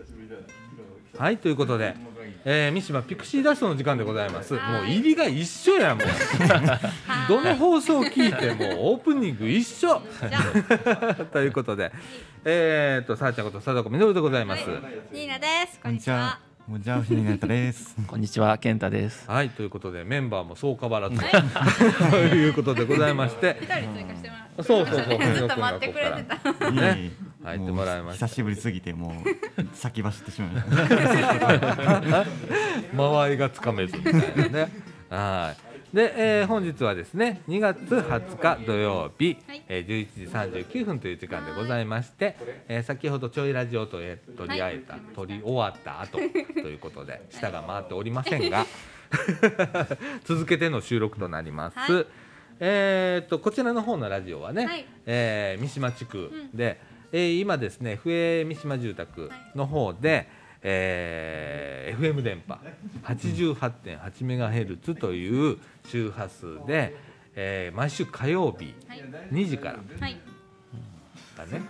はい、ということで、三島ピクシーダストの時間でございます。もう入りが一緒やもんどの放送を聞いてもオープニング一緒ということで、さあちゃんこと貞子みのるでございます。 ニーナです。こんにちは。 もじゃおしになったです。 こんにちは、健太です。 はい、ということでメンバーもそう変わらずということでございまして、 一人追加してもらって。 そうずっと待ってくれてた。 ね、入ってもらいました。 久しぶりすぎてもう先走ってしまいました間合いがつかめずみたいなね。はい。で、本日はですね2月20日土曜日、11時39分という時間でございまして、先ほどちょいラジオと取り終わった後ということで舌が回っておりませんが続けての収録となります。こちらの方のラジオはね、三島地区で、今ですね笛三島住宅の方で、FM 電波 88.8MHz という周波数で、毎週火曜日2時から、だね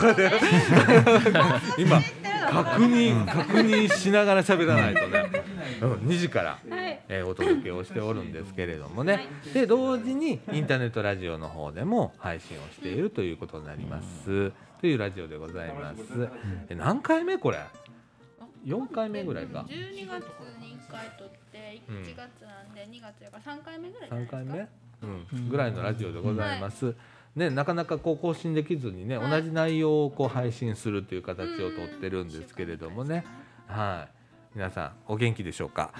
今確認しながら喋らないとね、2時から、お届けをしておるんですけれどもね、で同時にインターネットラジオの方でも配信をしているということになりますというラジオでございます。何回目これ？4回目ぐらいか。 12月に1回撮って1月なんで2月やから3回目ぐらいじゃないですか。 3回目、ぐらいのラジオでございます。ね、なかなかこう更新できずにね、同じ内容をこう配信するという形をとってるんですけれどもね、はい、皆さんお元気でしょうか？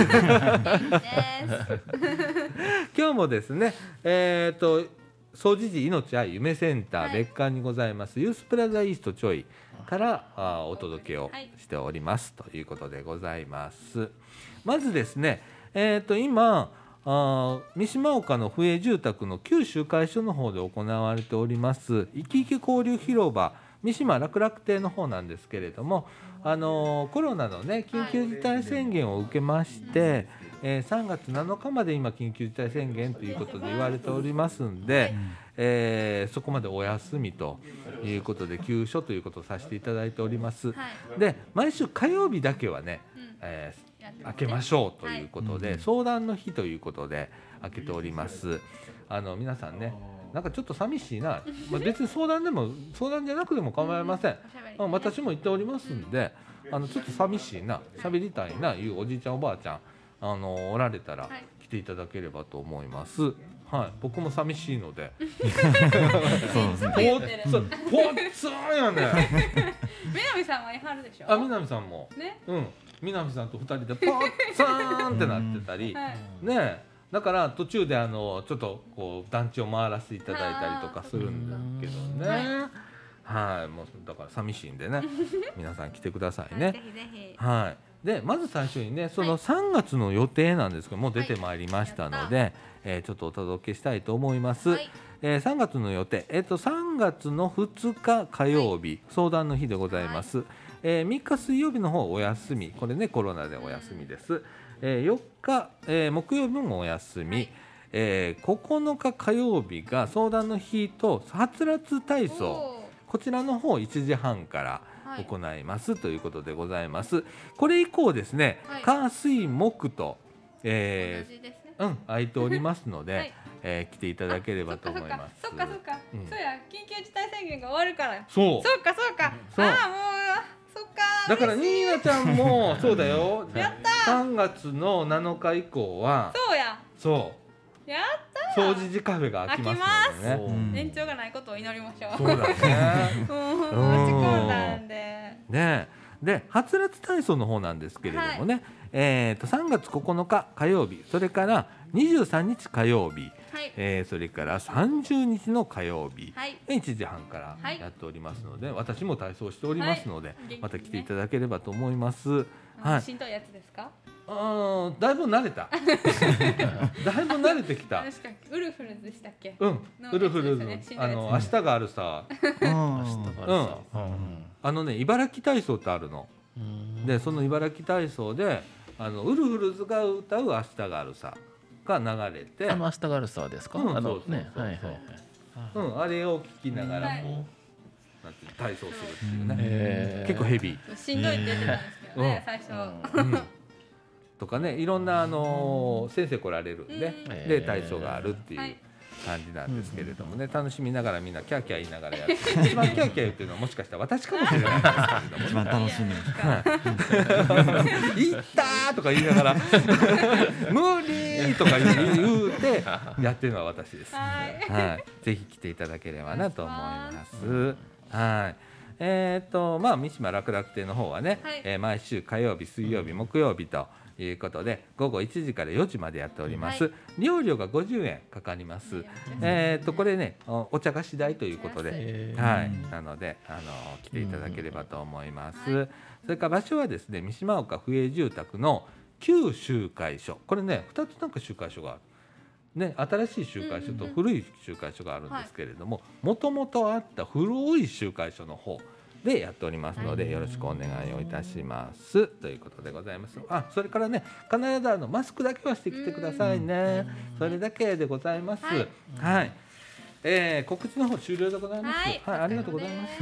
今日もですね、総持寺命愛夢センター別館にございますユースプラザイーストちょいからお届けをしておりますということでございます。まずですね、今三島岡の府営住宅の旧集会所の方で行われておりますいきいき交流広場三島楽楽亭の方なんですけれども、コロナのね緊急事態宣言を受けまして、3月7日まで今緊急事態宣言ということで言われておりますんで、そこまでお休みということで休所ということをさせていただいております。で毎週火曜日だけはね、開けましょうということで、相談の日ということで開けております。皆さんね、なんかちょっと寂しいな、別に相談じゃなくても構いません。私も言っておりますんで、ちょっと寂しいな、喋りたいないうおじいちゃんおばあちゃんおられたら来ていただければと思います。はい、僕も寂しいので。そうですね。ポッツンやね。 南さんはいはるでしょ。 南さんも。 ね。 南さんと2人でポッツンってなってたり、ね。だから途中でちょっとこう団地を回らせていただいたりとかするんだけどね。はい、もうだから寂しいんでね、皆さん来てくださいね。 ぜひぜひ。 はい。でまず最初にね、その3月の予定なんですけども、出てまいりましたので、ちょっとお届けしたいと思います。3月の予定、3月の2日火曜日、相談の日でございます。3日水曜日の方お休み、これねコロナでお休みです。4日、木曜日もお休み、9日火曜日が相談の日とはつらつ体操、こちらの方1時半から行いますということでございます。これ以降ですね、火水木と、空いておりますので、来ていただければと思います。 そっか、そうや、緊急事態宣言が終わるから。 そうか。もうそっか。 だからニーナちゃんもそうだよ。 やった 3月の7日以降はやった掃除時カフェが開きますのでね。 延長がないことを祈りましょう。 そうだね。 落ち込んだんで。 ね。ではつらつ体操の方なんですけれどもね、3月9日火曜日、それから23日火曜日、それから30日の火曜日、1時半からやっておりますので、私も体操しておりますので、また来ていただければと思います。 しんどいやつですか？ だいぶ慣れた。だいぶ慣れてきた。 確かにウルフルズでしたっけ？ ウルフルズ、明日があるさ。茨城体操ってあるの。でその茨城体操でウルフルズが歌う明日があるさが流れて、 明日があるさですか？ あれを聞きながらもなんて体操するっていうね、結構ヘビーしんどいって言ってたんですけどね、最初。 とかね、いろんな先生来られるんで、で体操があるっていう感じなんですけれどもね、楽しみながらみんなキャーキャー言いながらやって、一番キャーキャー言ってるのはもしかしたら私かもしれないんですけれども、 一番楽しんでます。 いったーとか言いながら無理とか言うてやってるのは私です。はい、ぜひ来ていただければなと思います。はい。まあ三島楽楽亭の方はね、毎週火曜日、水曜日、木曜日ということで午後1時から4時までやっております。利料が50円かかります。これね、お茶菓子代ということで、はい、なので来ていただければと思います。それから場所はですね、三島岡府営住宅の旧集会所、これね2つなんか集会所がある。ね、新しい集会所と古い集会所があるんですけれども、もともとあった古い集会所の方でやっておりますので、よろしくお願いをいたしますということでございます。それからね、必ずマスクだけはしてきてくださいね。それだけでございます。はい、告知の方終了でございます。はい、ありがとうございます。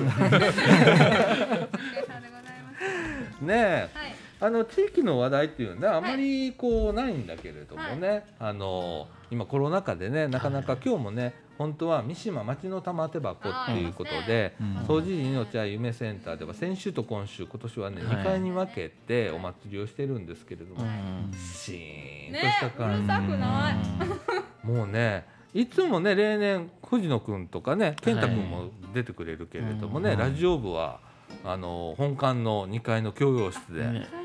ねえ、地域の話題っていうのはあまりこうないんだけれどもね、今コロナ禍でね、なかなか今日もね、本当は三島町の玉手箱っていうことで、総持寺命は夢センターでは先週と今週、今年はね2回に分けてお祭りをしてるんですけれども、シーンとした感じ、もうね、いつもね例年藤野くんとかね健太くんも出てくれるけれどもね、ラジオ部は本館の2階の共用室で、なんか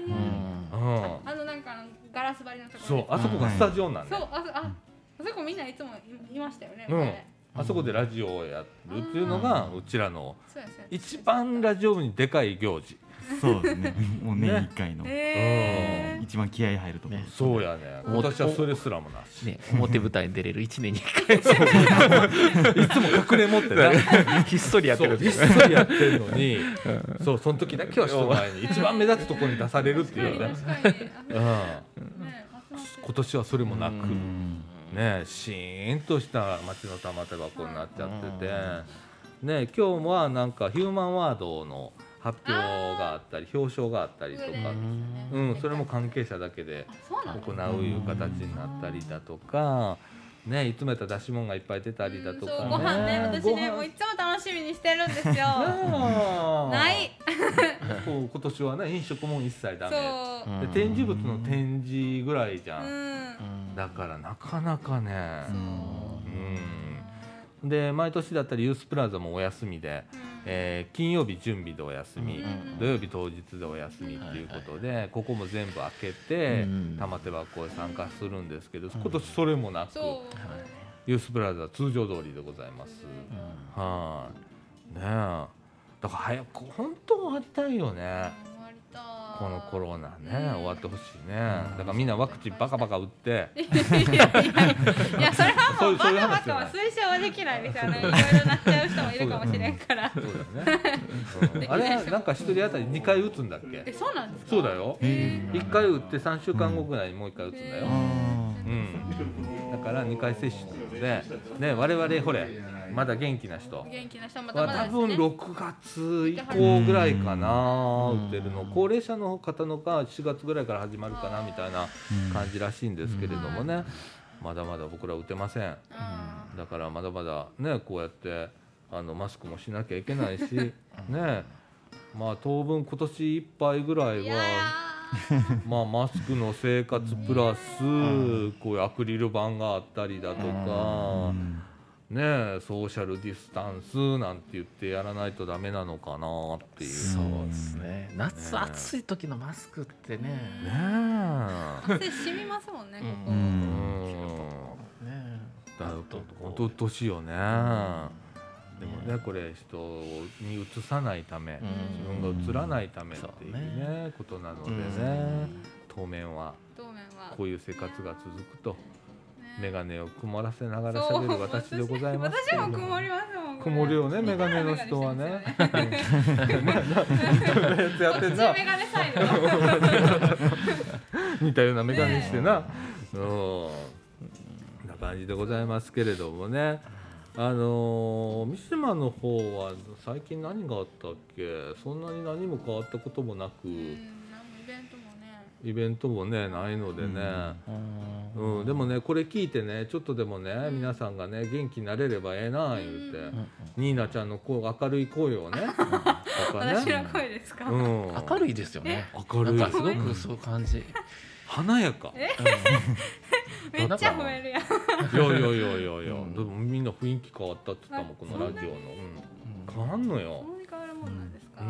ガラス張りのところ、 そう、あそこがスタジオなんで、 そう、あそこみんないつもいましたよね。 あそこでラジオをやるっていうのがうちらの一番ラジオ部にでかい行事。 そうですね。もう年1回の一番気合い入るところ。 そうやね。私はそれすらもなし。 表舞台に出れる1年に1回。 いつも隠れ持ってね。 ひっそりやってる。 ひっそりやってるのに、そう、その時だけは人前に一番目立つところに出されるっていうね。今年はそれもなく。ね、シーンとした町の玉手箱になっちゃってて、ね、今日はなんかヒューマンワードの発表があったり表彰があったりとか、それも関係者だけで行ういう形になったりだとか、ね、いつもやったら出し物がいっぱい出たりだとか、ね、 ご飯ね、私ねもういつも楽しみにしてるんですよ。ない今年はね飲食も一切ダメで、展示物の展示ぐらいじゃん、だからなかなかね、で毎年だったりユースプラザもお休みで、金曜日準備でお休み、土曜日当日でお休みっていうことで、ここも全部開けて玉手箱へ参加するんですけど、今年それもなくユースプラザ通常通りでございます。ねえ、だから早く本当終わりたいよね。このコロナね、終わってほしいね。だからみんなワクチンバカバカ打って。 いや、それはもうバカバカは推奨はできないですよね。いろいろなっちゃう人もいるかもしれんから。 そうだね。あれなんか一人当たり2回打つんだっけ？ そうなんですか？ そうだよ。1回打って3週間後ぐらいにもう1回打つんだよ。だから2回接種なので、ね、我々ほれまだ元気な人は多分6月以降ぐらいかな、打ってるの。高齢者の方のが4月ぐらいから始まるかなみたいな感じらしいんですけれどもね、まだまだ僕ら打てません。だからまだまだね、こうやってマスクもしなきゃいけないしね、まあ当分今年いっぱいぐらいはまあマスクの生活プラスこういうアクリル板があったりだとかね、ソーシャルディスタンスなんて言ってやらないとダメなのかなっていう。 そうですね。夏暑い時のマスクってね。 汗染みますもんね、ここ。 だから本当うっとしいよね。でもね、これ人にうつさないため、自分がうつらないためっていうねことなのでね、当面はこういう生活が続くと。メガネを曇らせながら喋る私でございますけれども、 私も曇りますもん。 曇るよね、メガネの人はね。やってんな。 メガネサイド。 似たようなメガネしてな。な感じでございますけれどもね。 三島の方は最近何があったっけ。そんなに何も変わったこともなく、 何もイベントもねないのでね、でもねこれ聞いてねちょっとでもね、皆さんがね元気になれればええな言うて、ニーナちゃんの明るい声をね私の声ですか。 明るいですよね。 明るい、 なんかすごくそういう感じ。 華やか。 めっちゃ褒めるやん。 いや、でもみんな雰囲気変わったって言ったもん、このラジオの。変わんのよ。 そんなに変わるもんなんですか。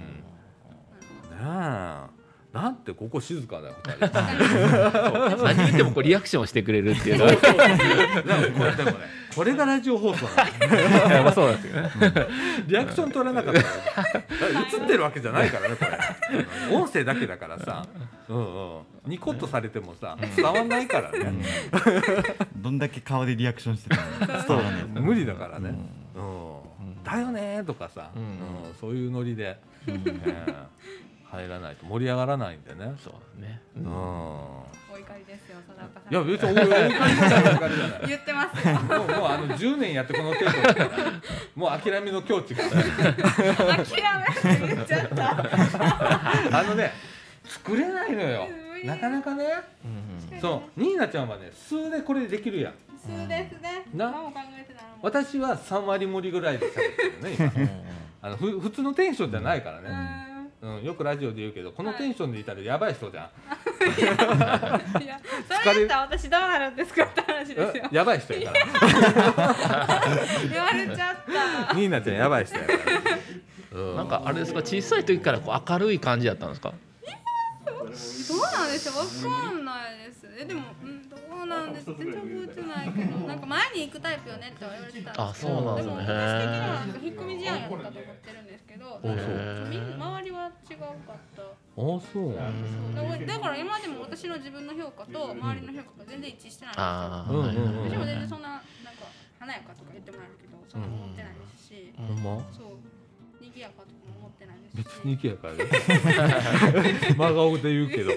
ねえ。なんてここ静かだよ2人。 何言ってもこうリアクションをしてくれるっていうのは。 でもね、これがラジオ放送なの。 そうなんですよね。 リアクション取らなかったら映ってるわけじゃないからねこれ。音声だけだからさ、ニコッとされてもさ伝わんないからね。 どんだけ顔でリアクションしてても伝わらない。 無理だからね。だよねとかさ、そういうノリで入らないと盛り上がらないんでね。 そうね。 お怒りですよ、貞岡さん。 いや別にお怒りじゃない、お怒りじゃない。 言ってますよ。 もう10年やってこの程度だからもう諦めの境地が。 諦めって言っちゃった。 作れないのよ。なかなかね。そうニーナちゃんはね数でこれできるやん。 数ですね。何も考えてない。 私は3割盛りぐらいで喋ってるね今。普通のテンションじゃないからね。よくラジオで言うけどこのテンションでいたらやばい人じゃん。 いやそれだったら私どうなるんですかって話ですよ。 やばい人やから言われちゃった。 ニーナちゃんやばい人やから。 なんかあれですか、小さい時からこう明るい感じだったんですか。 そうなんですよ、わかんないです。でも、どうなんです。全然覚えてないけど、なんか前に行くタイプよねって言われてたんですけど、でも私的にはなんか引っ込み思案やったと思ってるんですけど、周りは違うかった。 そうだから今でも私の自分の評価と周りの評価が全然一致してないんですよ。私も全然そんな、なんか華やかとか言ってもらえるけど、そんな思ってないですし、そう賑やかとかも思ってないですし。 別に賑やかで真顔で言うけど、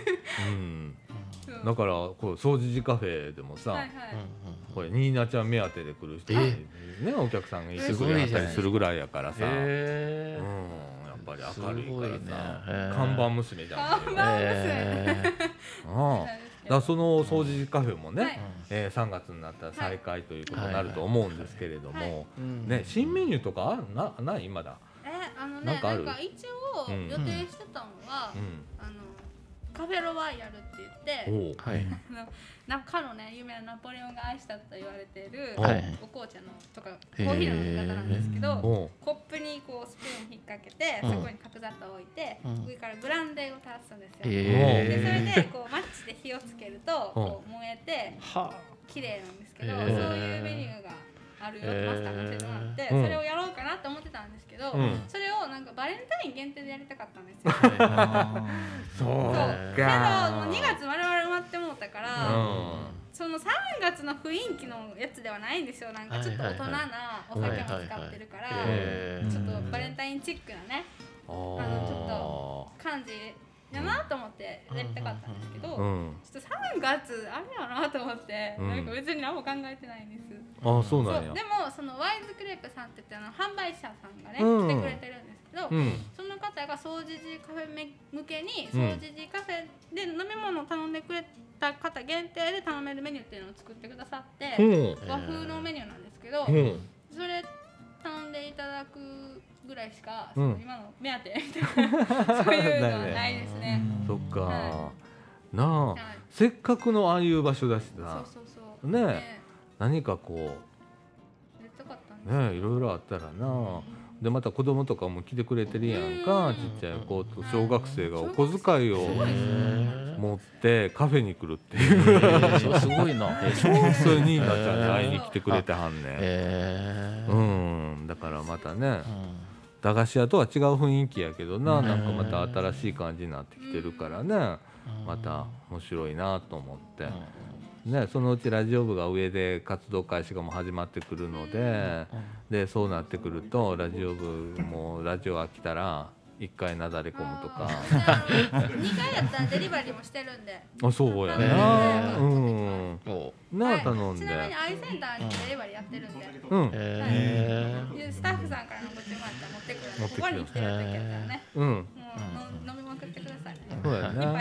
だからこう掃除時カフェでもさ、これニーナちゃん目当てで来る人ね、お客さんがいてくれたりするぐらいやからさ、やっぱり明るいからさ、看板娘じゃん。 看板娘。 だからその掃除カフェもね、3月になったら再開ということになると思うんですけれども、ね、新メニューとかないまだ。 なんか一応予定してたのは、カフェロワイヤルって言って、かのね有名なナポレオンが愛したと言われているお紅茶のとかコーヒーの飲み方なんですけど、コップにこうスプーン引っ掛けて、そこに角砂糖を置いて、上からブランデーを垂らすんですよ。でそれでこうマッチで火をつけるとこう燃えて綺麗なんですけど、そういうメニューがあるよってマスターが教えてもらって、それをやろうかなと思ってたんですけど、それをなんかバレンタイン限定でやりたかったんですよ。そうけどもう2月我々埋まってもうたから、その3月の雰囲気のやつではないんですよ。なんかちょっと大人なお酒も使ってるから、ちょっとバレンタインチックなね、ちょっと感じやなと思ってやりたかったんですけど、ちょっと3月あれやなと思って、なんか別に何も考えてないんです。 そうなんや。 でもそのワイズクレープさんって言って販売者さんがね、来てくれてるんですけど、その方が掃除時カフェ向けに掃除時カフェで飲み物を頼んでくれた方限定で頼めるメニューっていうのを作ってくださって、和風のメニューなんですけど、それ頼んでいただくぐらいしか、今の目当てみたいなそういうのはないですね。 そっか、なあ、せっかくのああいう場所だしさ、ね、何かこうね、いろいろあったらな。でまた子供とかも来てくれてるやんか、ちっちゃい子と小学生がお小遣いを持ってカフェに来るっていう、 すごいな。 それニーナちゃんに会いに来てくれてはんねん。だからまたね、駄菓子屋とは違う雰囲気やけどな、なんかまた新しい感じになってきてるからね、また面白いなと思って。ね、そのうちラジオ部が上で活動開始がもう始まってくるので、でそうなってくるとラジオ部もラジオが来たら 1回なだれ込むとか 2回やったらデリバリーもしてるんであそうやなうんなあ頼んでちなみにアイセンターにデリバリーやってるんでスタッフさんからのご注文やったら持ってくるんでここに来てる時やったらね飲みまくってくださいねそうやな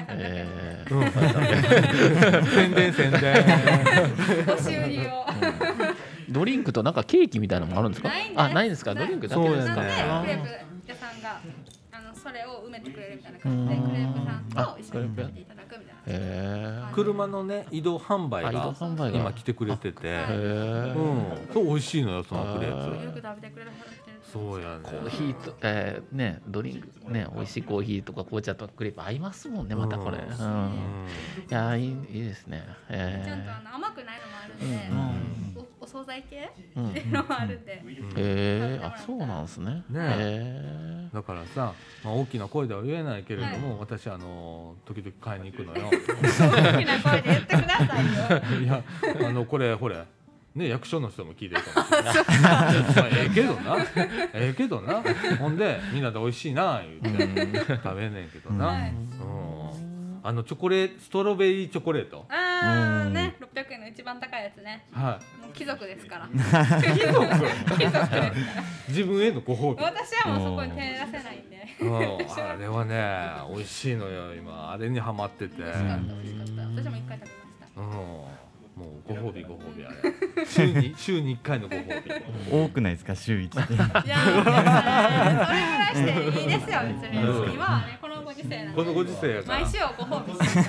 1杯宣伝ご修理をドリンクとなんかケーキみたいなのもあるんですか？ないんですか？ドリンクだけですか？ クレープ屋さんがそれを埋めてくれるみたいな感じでクレープさんと一緒にやっていただくみたいな車のね移動販売が今来てくれててそう美味しいのよそのクレープよく食べてくれるそうやねコーヒーとねドリンクね美味しいコーヒーとか紅茶とクレープ合いますもんねまたこれいやいいですねちゃんと甘くないのもあるんでお惣菜系っていうのもあるんであそうなんですねだからさ大きな声では言えないけれども私時々買いに行くのよ大きな声で言ってくださいよいやこれほれね、役所の人も聞いてるかもしれないええけどなほんでみんなで美味しいな言って食べんねんけどな、チョコレートストロベリーチョコレートね600円の一番高いやつねはいもう貴族ですから貴族ですから自分へのご褒美私はもうそこに手出せないんであれはね美味しいのよ今あれにハマってて美味しかった私も1回食べましたもうご褒美あれ週に1回のご褒美多くないですか週1でいやそれぐらいしていいですよ別に今はねこのご時世なんでこのご時世やから毎週をご褒美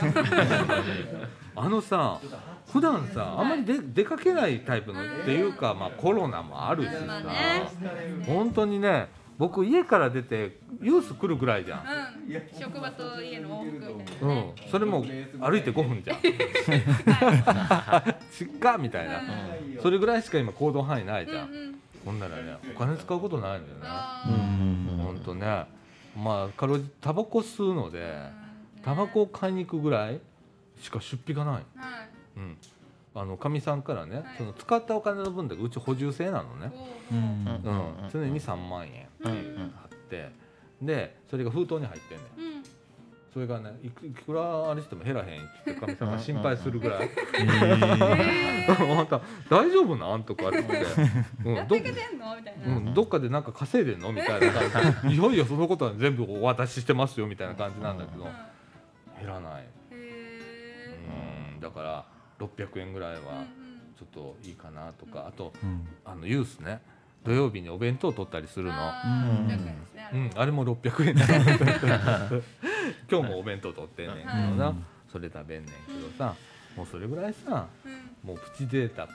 してますさ普段さあんまり出かけないタイプのっていうかコロナもあるしさ本当にね僕家から出てユース来るぐらいじゃん、 職場と家の往復みたいなねそれも歩いて5分じゃんちっかみたいなそれぐらいしか今行動範囲ないじゃんほんならねお金使うことないんだよねほんとねかろうじてタバコ吸うのでタバコを買いに行くぐらいしか出費がないかみさんからねその使ったお金の分だけうち補充制なのね常に3万円っていうあってでそれが封筒に入ってんねんそれがねいくらあれしても減らへんってかみさんが心配するぐらいあんた大丈夫なんとかってやってけてんのみたいなどっかでなんか稼いでんのみたいな感じいよいよそのことは全部お渡ししてますよみたいな感じなんだけど減らないだから600円ぐらいはちょっといいかなとかあとユースね土曜日にお弁当取ったりするのあれも600円今日もお弁当取ってんねんけどなそれ食べんねんけどさもうそれぐらいさもうプチ贅沢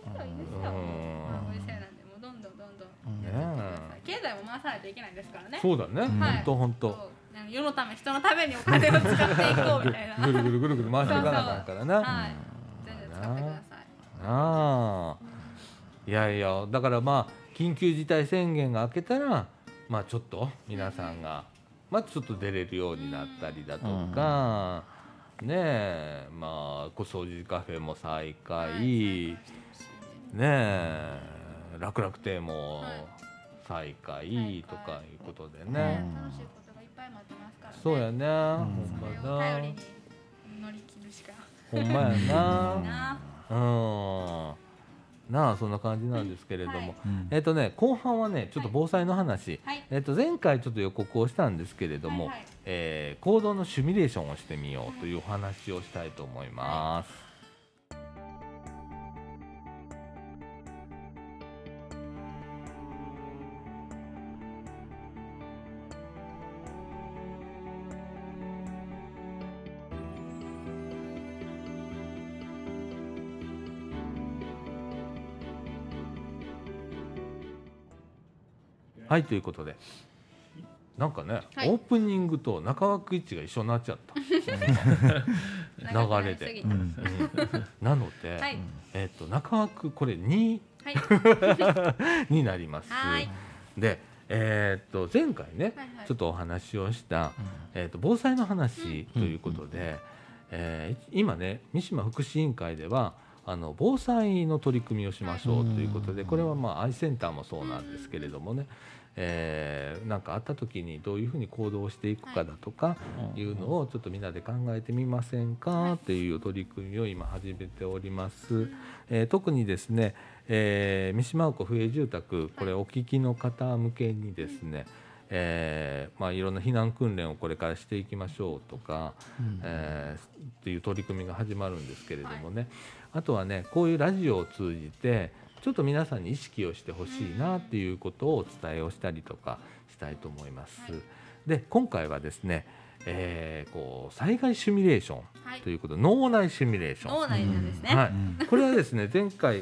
どんどん経済も回さないといけないですからねそうだねほんと世のため人のためにお金を使っていこうみたいなぐるぐる回していかなあかんからな全然使ってくださいいやだから緊急事態宣言が明けたらちょっと皆さんがちょっと出れるようになったりだとかねえ小掃除カフェも再開ねえ楽々亭も再開とかいうことでね楽しいことがいっぱい待ってますからねそうやねほんまだ頼りに乗り切るしかほんまやなそんな感じなんですけれども、後半はねちょっと防災の話、前回ちょっと予告をしたんですけれども、行動のシミュレーションをしてみようというお話をしたいと思います。はいということでなんかね、オープニングと中枠位置が一緒になっちゃった流れで、なので、中枠これ2、になります。で、前回ね、ちょっとお話をした、防災の話ということで、今ね三島福祉委員会では防災の取り組みをしましょうということで、これはアイセンターもそうなんですけれどもね、なんかあった時にどういうふうに行動していくかだとかいうのをちょっとみんなで考えてみませんかっていう取り組みを今始めております。特にですね、三島区府営住宅、これお聞きの方向けにですね、いろんな避難訓練をこれからしていきましょうとか、っていう取り組みが始まるんですけれどもね、あとはね、こういうラジオを通じてちょっと皆さんに意識をしてほしいなっていうことをお伝えをしたりとかしたいと思います。で、今回はですね、災害シミュレーションということで、脳内シミュレーション、 脳内なんですね。 これはですね、前回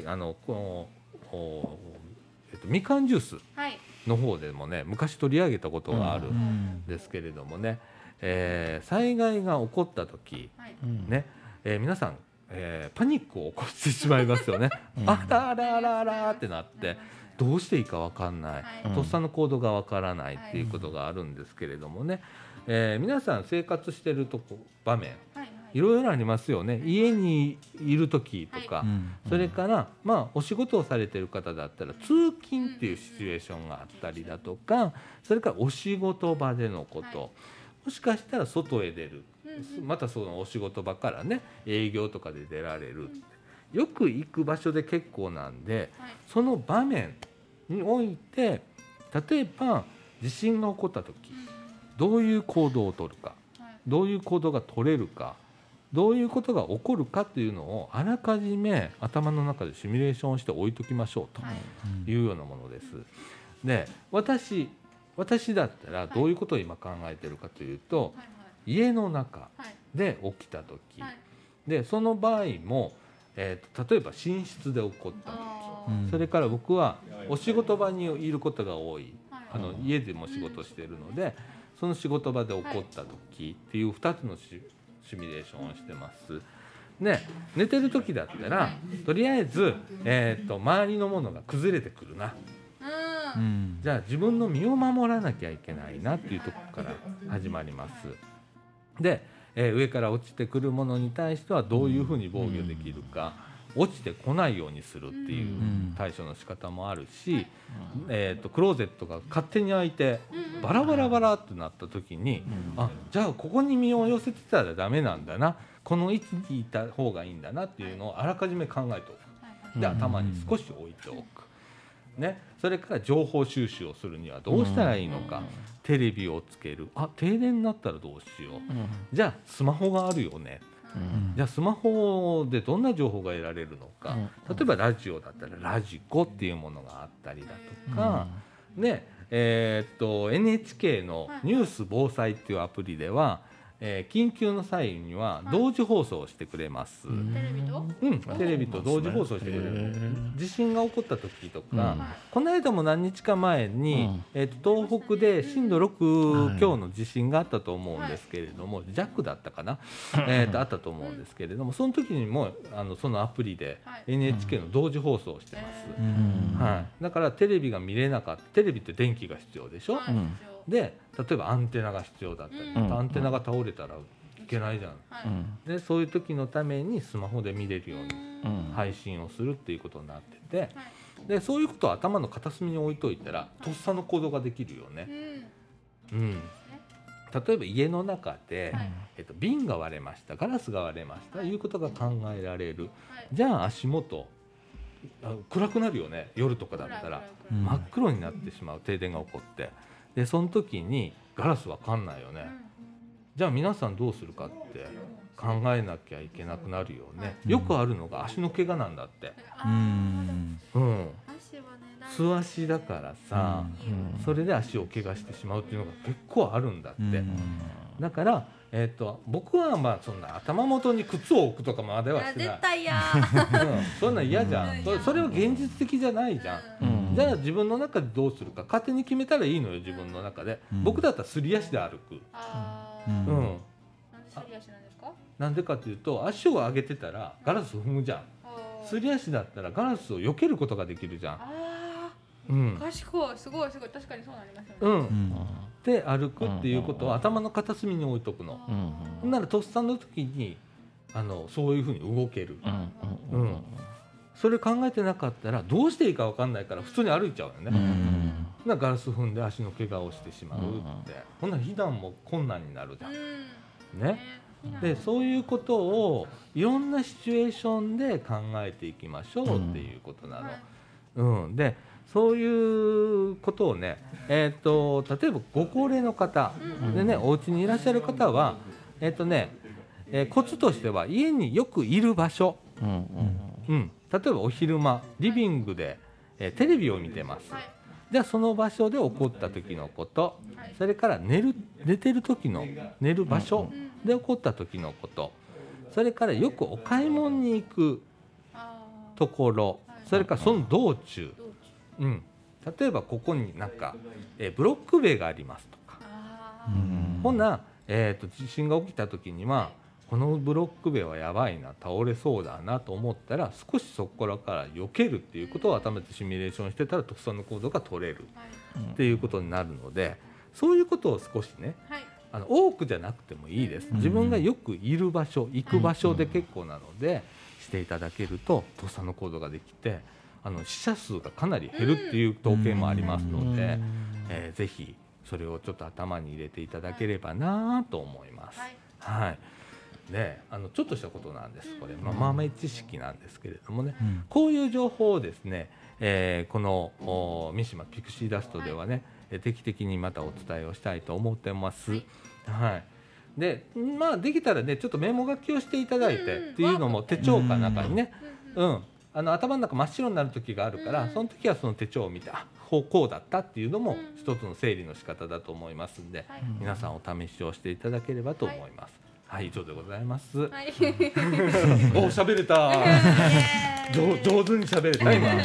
みかんジュースの方でもね、昔取り上げたことがあるんですけれどもね、災害が起こった時、ね、皆さん、パニックを起こしてしまいますよね。あらあらあらあらってなってどうしていいか分かんない、とっさの行動が分からないっていうことがあるんですけれどもね、皆さん生活してる場面、いろいろありますよね。家にいる時とか、それからお仕事をされてる方だったら通勤っていうシチュエーションがあったりだとか、それからお仕事場でのこと、もしかしたら外へ出る、またそのお仕事場からね、営業とかで出られる、よく行く場所で結構なんで、その場面において、例えば地震が起こった時、どういう行動を取るか、どういう行動が取れるか、どういうことが起こるかというのをあらかじめ頭の中でシミュレーションして置いときましょうというようなものです。で、私だったらどういうことを今考えているかというと、家の中で起きた時、でその場合も、例えば寝室で起こった時、それから僕はお仕事場にいることが多い、家でも仕事しているので、その仕事場で起こった時っていう2つのシミュレーションをしてます。で、寝てる時だったらとりあえず、周りのものが崩れてくるな、じゃあ自分の身を守らなきゃいけないなっていうところから始まります。で、上から落ちてくるものに対してはどういうふうに防御できるか、落ちてこないようにするっていう対処の仕方もあるし、クローゼットが勝手に開いてバラバラバラってなった時に、じゃあここに身を寄せてたらダメなんだな、この位置にいた方がいいんだなっていうのをあらかじめ考えておく。で、頭に少し置いておく、ね、それから情報収集をするにはどうしたらいいのか、テレビをつける、停電になったらどうしよう、じゃあスマホがあるよね、じゃあスマホでどんな情報が得られるのか、例えばラジオだったらラジコっていうものがあったりだとか、ね、NHK のニュース防災っていうアプリでは、緊急の際には同時放送してくれます。テレビと同時放送してくれる。地震が起こった時とか、この間も何日か前に、東北で震度6強の地震があったと思うんですけれども、弱だったかな、あったと思うんですけれども、その時にもそのアプリで NHK の同時放送をしてます。だからテレビが見れなかった、テレビって電気が必要でしょ、で例えばアンテナが必要だったり、アンテナが倒れたらいけないじゃん、でそういう時のためにスマホで見れるように配信をするっていうことになってて、でそういうことを頭の片隅に置いといたらとっさの行動ができるよね。例えば家の中で、瓶が割れました、ガラスが割れました、いうことが考えられる。じゃあ足元暗くなるよね、夜とかだったら真っ黒になってしまう、停電が起こって、でその時にガラスわかんないよね、じゃあ皆さんどうするかって考えなきゃいけなくなるよね。よくあるのが足の怪我なんだって。素足だからさ、それで足を怪我してしまうっていうのが結構あるんだって。だから、僕はそんな頭元に靴を置くとかまではしてない。 絶対嫌。 そんな嫌じゃん。それは現実的じゃないじゃん。じゃあ自分の中でどうするか勝手に決めたらいいのよ、自分の中で。僕だったらすり足で歩く。 なんですか？ なんでかっていうと、足を上げてたらガラス踏むじゃん。すり足だったらガラスを避けることができるじゃん。 賢い、すごい確かにそうなりますよね。 で歩くっていうことを頭の片隅に置いとくの。ならとっさの時にそういうふうに動ける、それ考えてなかったらどうしていいか分かんないから普通に歩いちゃうよね、ガラス踏んで足の怪我をしてしまうって、ほんなら避難も困難になるじゃん、ね。でそういうことをいろんなシチュエーションで考えていきましょうっていうことなの、でそういうことをね、例えばご高齢の方でね、お家にいらっしゃる方はコツとしては家によくいる場所、例えばお昼間リビングで、テレビを見てます、じゃあその場所で起こった時のこと、それから寝てる時の寝る場所で起こった時のこと、それからよくお買い物に行くところ、それからその道中、例えばここになんか、ブロック塀がありますとか、ほな、地震が起きた時にはこのブロック塀はやばいな、倒れそうだなと思ったら少しそこから避けるっていうことを頭でシミュレーションしてたらとっさの行動が取れるっていうことになるので、そういうことを少しね、多くじゃなくてもいいです。自分がよくいる場所、行く場所で結構なのでしていただけるととっさの行動ができて、死者数がかなり減るっていう統計もありますので、ぜひそれをちょっと頭に入れていただければなと思います。でちょっとしたことなんです。これ豆知識なんですけれどもね、こういう情報をですね、この三島ピクシーダストではね、定期的にまたお伝えをしたいと思ってます。でできたらねちょっとメモ書きをしていただいてっていうのも手帳か中にね、頭の中真っ白になる時があるから、その時はその手帳を見てこうだったっていうのも一つの整理の仕方だと思いますんで、皆さんお試しをしていただければと思います。以上でございます。喋れた。上手に喋れた今。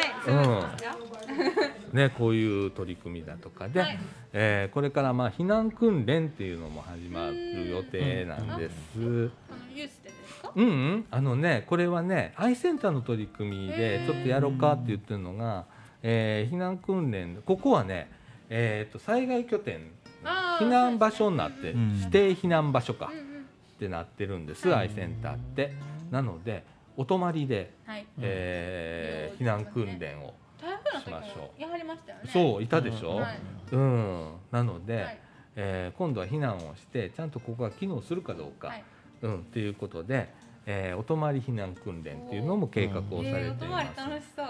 ね、こういう取り組みだとかで、これから避難訓練っていうのも始まる予定なんです。ユースでですか？これはね、アイセンターの取り組みでちょっとやろうかって言ってるのが、避難訓練、ここはね、災害拠点、避難場所になって、指定避難場所かってなってるんです、アイセンターって。なのでお泊まりで、避難訓練をしましょう。 やはりましたよね。 そういたでしょ。なので、今度は避難をしてちゃんとここが機能するかどうか、っていうことで、お泊まり避難訓練っていうのも計画をされています。 楽しそう。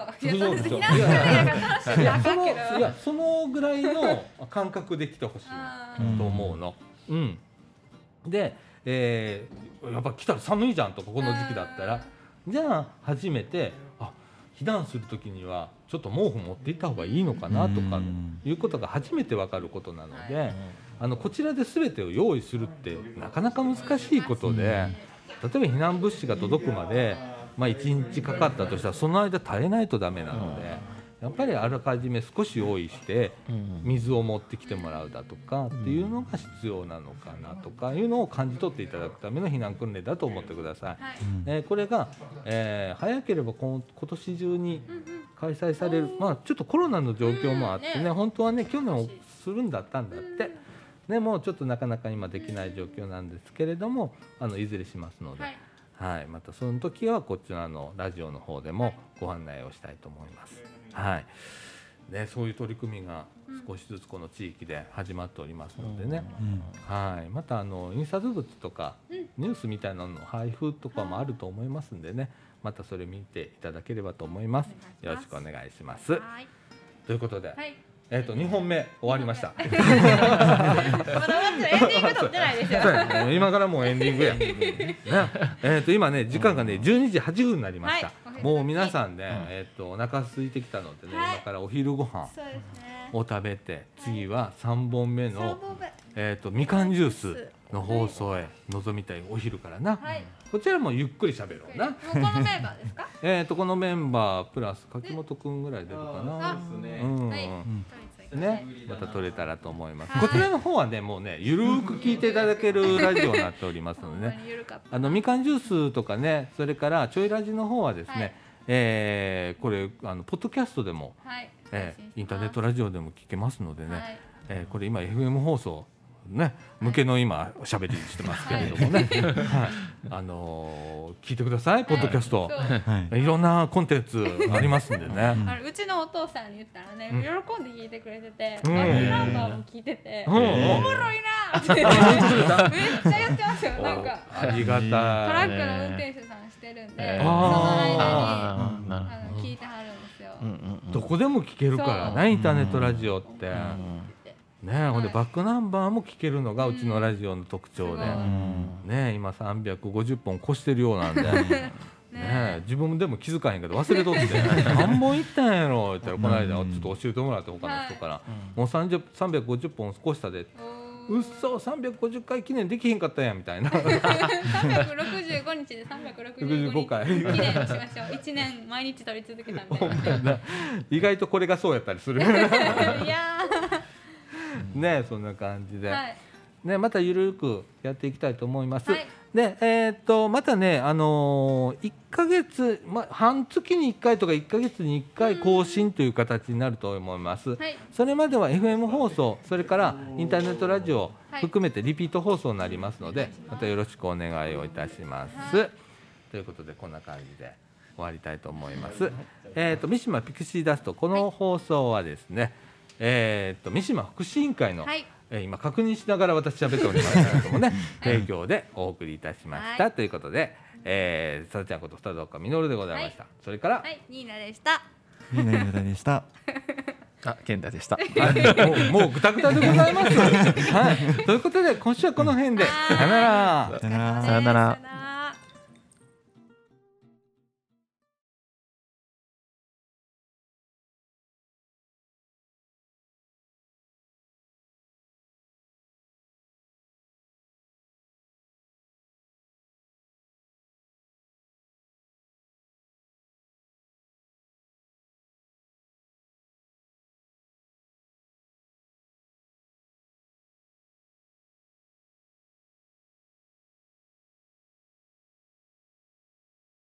いやそのぐらいの感覚で来てほしいと思うの。で、やっぱ来たら寒いじゃんとかこの時期だったら、じゃあ初めて避難するときにはちょっと毛布持っていった方がいいのかなとかいうことが初めて分かることなので、こちらで全てを用意するってなかなか難しいことで、例えば避難物資が届くまで、1日かかったとしたらその間耐えないとダメなので、やっぱりあらかじめ少し用意して水を持ってきてもらうだとかっていうのが必要なのかなとかいうのを感じ取っていただくための避難訓練だと思ってください。これが、早ければ今年中に開催される、ちょっとコロナの状況もあってね、本当はね去年するんだったんだって、でもちょっとなかなか今できない状況なんですけれども、いずれしますので、またその時はこちらのラジオの方でもご案内をしたいと思います。そういう取り組みが少しずつこの地域で始まっておりますのでね、また印刷物とかニュースみたいなの配布とかもあると思いますんでね、またそれ見ていただければと思います。よろしくお願いします。ということで、2本目終わりました。 まだエンディング撮ってないですよ。 今からもうエンディングや。今ね時間がね12時8分になりました。もう皆さんね、お腹空いてきたのでね、今からお昼ご飯を食べて、次は3本目のみかんジュースの放送へ臨みたい。お昼からな、こちらもゆっくり喋ろうな。 このメンバーですか？ このメンバープラス柿本くんぐらい出るかな。また撮れたらと思います。こちらの方はねもうねゆるーく聞いていただけるラジオになっておりますのでね。みかんジュースとかね、それからちょいラジの方はですね、これポッドキャストでも、インターネットラジオでも聞けますのでね、これ今 FM 放送ね向けの今喋りしてますけれどもね、聞いてくださいポッドキャスト、いろんなコンテンツありますんでね。 うちのお父さんに言ったらね、喜んで聞いてくれてて、バックナンバーも聞いてて、おもろいなってめっちゃ言ってますよ。なんかありがたい。トラックの運転手さんしてるんで、その間に聞いてはるんですよ。 どこでも聞けるからね、インターネットラジオってね。ほんでバックナンバーも聞けるのがうちのラジオの特徴でね、今350本越してるようなんでね、自分でも気づかへんけど忘れとって何本いったんやろって言ったら、この間ちょっと教えてもらって他の人からもう350本越したで、うっそ350回記念できへんかったやんみたいな。 365日で365回記念をしましょう。1年毎日撮り続けたんで意外とこれがそうやったりする。いやね、そんな感じで、ね、またゆるくやっていきたいと思います。で、またね、1ヶ月、半月に1回とか1ヶ月に1回更新という形になると思います。それまでは FM 放送、それからインターネットラジオ含めてリピート放送になりますので、またよろしくお願いをいたします。ということでこんな感じで終わりたいと思います。三島ピクシーダスト、この放送はですね、三島福祉委員会の、今確認しながら私喋っておりますけれどもね、提供でお送りいたしました、ということで、さだちゃんこと佐藤岡実でございました。それからニーナでした。 ニーナユダでした。 健太でした。 もうグタグタでございます。ということで今週はこの辺で、さよなら。 さよなら。